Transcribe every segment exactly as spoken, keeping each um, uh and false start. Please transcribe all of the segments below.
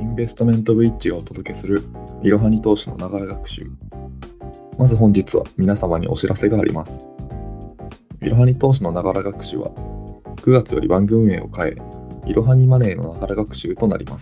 インベストメントブリッジがお届けするいろはに投資のながら学習。まず本日は皆様にお知らせがあります。いろはに投資のながら学習はくがつより番組名を変え、いろはにマネーのながら学習となります。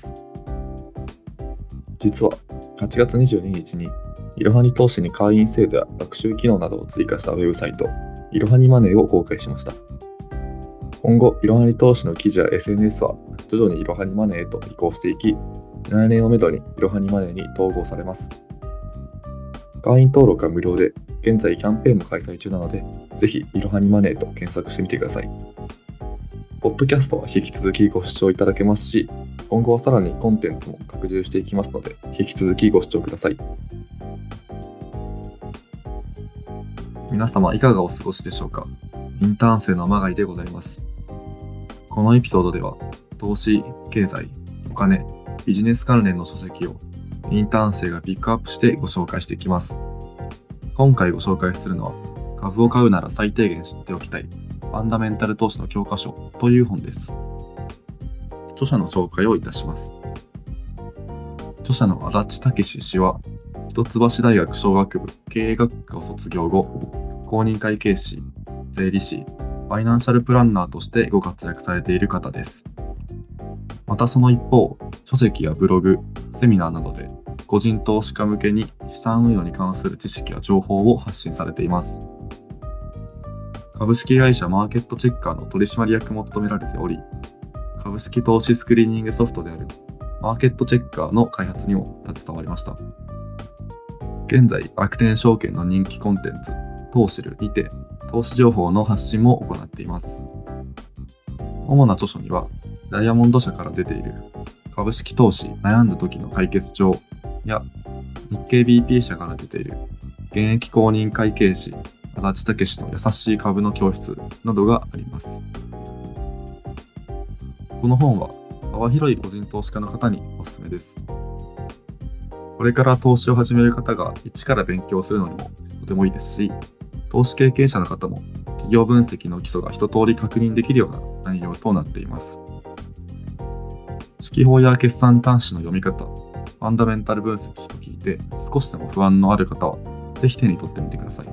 実ははちがつにじゅうににちにいろはに投資に会員制度や学習機能などを追加したウェブサイトいろはにマネーを公開しました。今後、いろはに投資の記事や エスエヌエス は徐々にいろはにマネーへと移行していき、来年をめどにいろはにマネーに統合されます。会員登録は無料で、現在キャンペーンも開催中なので、ぜひいろはにマネーと検索してみてください。ポッドキャストは引き続きご視聴いただけますし、今後はさらにコンテンツも拡充していきますので、引き続きご視聴ください。皆様いかがお過ごしでしょうか。インターン生のまがいでございます。このエピソードでは、投資、経済、お金、ビジネス関連の書籍をインターン生がピックアップしてご紹介していきます。今回ご紹介するのは、株を買うなら最低限知っておきたい、ファンダメンタル投資の教科書という本です。著者の紹介をいたします。著者の足立武氏は、一橋大学商学部経営学科を卒業後、公認会計士、税理士、ファイナンシャルプランナーとしてご活躍されている方です。またその一方、書籍やブログ、セミナーなどで個人投資家向けに資産運用に関する知識や情報を発信されています。株式会社マーケットチェッカーの取締役も務められており、株式投資スクリーニングソフトであるマーケットチェッカーの開発にも携わりました。現在、楽天証券の人気コンテンツ、投資るにて投資情報の発信も行っています。主な著書には、ダイヤモンド社から出ている株式投資悩んだ時の解決帳や日経 ビーピー 社から出ている現役公認会計士足立武の優しい株の教室などがあります。この本は幅広い個人投資家の方におすすめです。これから投資を始める方が一から勉強するのにもとてもいいですし、投資経験者の方も企業分析の基礎が一通り確認できるような内容となっています。指揮法や決算端子の読み方、ファンダメンタル分析と聞いて少しでも不安のある方はぜひ手に取ってみてください。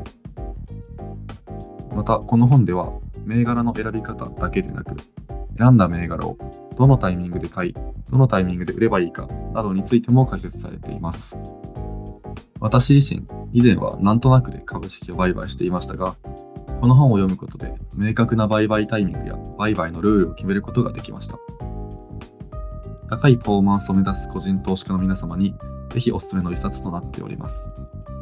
またこの本では銘柄の選び方だけでなく、選んだ銘柄をどのタイミングで買い、どのタイミングで売ればいいかなどについても解説されています。私自身、以前はなんとなくで株式を売買していましたが、この本を読むことで明確な売買タイミングや売買のルールを決めることができました。高いパフォーマンスを目指す個人投資家の皆様にぜひおすすめの一冊となっております。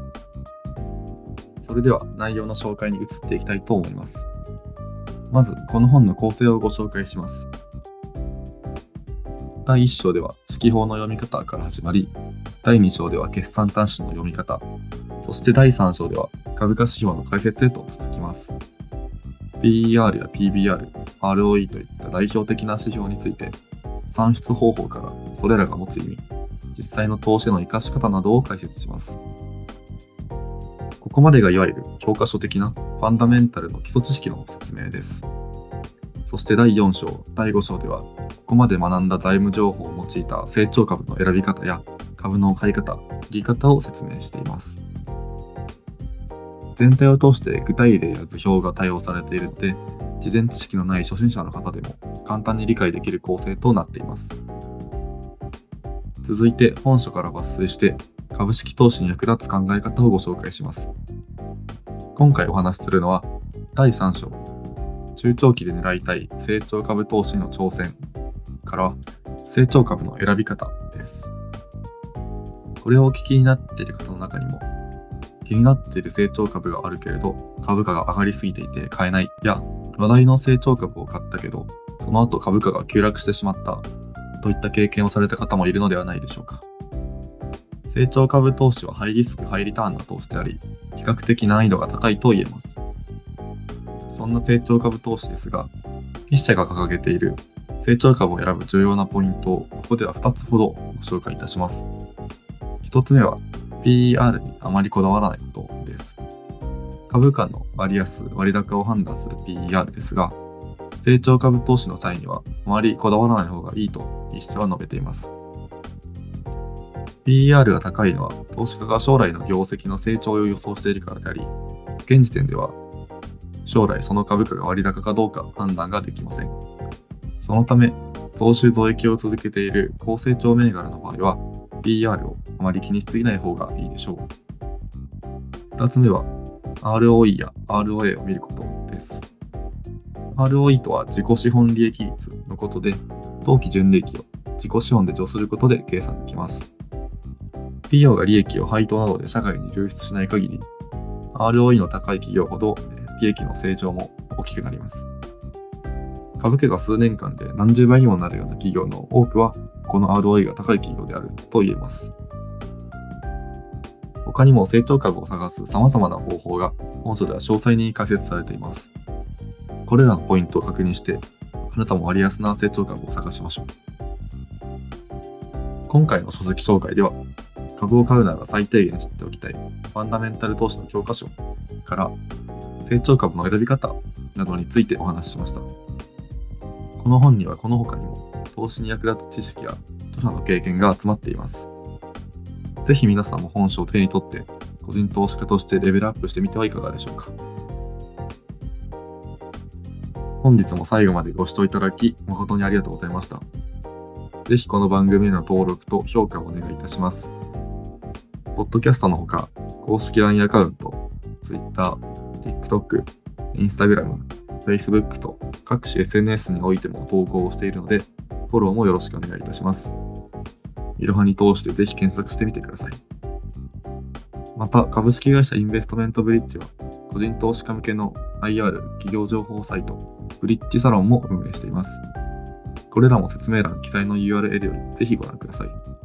それでは内容の紹介に移っていきたいと思います。まずこの本の構成をご紹介します。だいいっ章では指揮法の読み方から始まり、だいに章では決算端子の読み方、そしてだいさん章では株価指標の解説へと続きます。ピーイーアール や ピービーアール、アールオーイー といった代表的な指標について、算出方法からそれらが持つ意味、実際の投資への活かし方などを解説します。ここまでがいわゆる教科書的なファンダメンタルの基礎知識の説明です。そしてだいよん章、だいご章では、ここまで学んだ財務情報を用いた成長株の選び方や株の買い方、売り方を説明しています。全体を通して具体例や図表が多用されているので、事前知識のない初心者の方でも簡単に理解できる構成となっています。続いて本書から抜粋して株式投資に役立つ考え方をご紹介します。今回お話しするのはだいさん章、中長期で狙いたい成長株投資の挑戦から成長株の選び方です。これをお聞きになっている方の中にも、気になっている成長株があるけれど株価が上がりすぎていて買えないや、話題の成長株を買ったけどその後株価が急落してしまったといった経験をされた方もいるのではないでしょうか。成長株投資はハイリスクハイリターンな投資であり、比較的難易度が高いと言えます。そんな成長株投資ですが、筆者が掲げている成長株を選ぶ重要なポイントをここではふたつほどご紹介いたします。ひとつめは ピーイーアール にあまりこだわらないことです。株価の割安、割高を判断する ピーイーアール ですが、成長株投資の際にはあまりこだわらない方がいいと筆者は述べています。 ピーイーアール が高いのは投資家が将来の業績の成長を予想しているからであり、現時点では将来その株価が割高かどうか判断ができません。そのため、増収増益を続けている高成長銘柄の場合は、ピーイーアール をあまり気にしすぎない方がいいでしょう。ふたつめは、アールオーイー や アールオーエー を見ることです。アールオーイー とは自己資本利益率のことで、当期純利益を自己資本で除することで計算できます。企業が利益を配当などで社会に流出しない限り、アールオーイー の高い企業ほど利益の成長も大きくなります。株価が数年間で何十倍にもなるような企業の多くは、この アールオーイー が高い企業であると言えます。他にも成長株を探す様々な方法が本書では詳細に解説されています。これらのポイントを確認して、あなたも割安な成長株を探しましょう。今回の書籍紹介では、株を買うなら最低限知っておきたいファンダメンタル投資の教科書から成長株の選び方などについてお話ししました。この本にはこの他にも投資に役立つ知識や著者の経験が集まっています。ぜひ皆さんも本書を手に取って個人投資家としてレベルアップしてみてはいかがでしょうか。本日も最後までご視聴いただき誠にありがとうございました。ぜひこの番組への登録と評価をお願いいたします。ポッドキャストのほか、公式 ライン アカウント、Twitter、TikTok、Instagram、Facebook と各種 エスエヌエス においても投稿をしているので、フォローもよろしくお願いいたします。いろはに通してぜひ検索してみてください。また、株式会社インベストメントブリッジは、個人投資家向けの アイアール 企業情報サイト、ブリッジサロンも運営しています。これらも説明欄記載の ユーアールエル よりぜひご覧ください。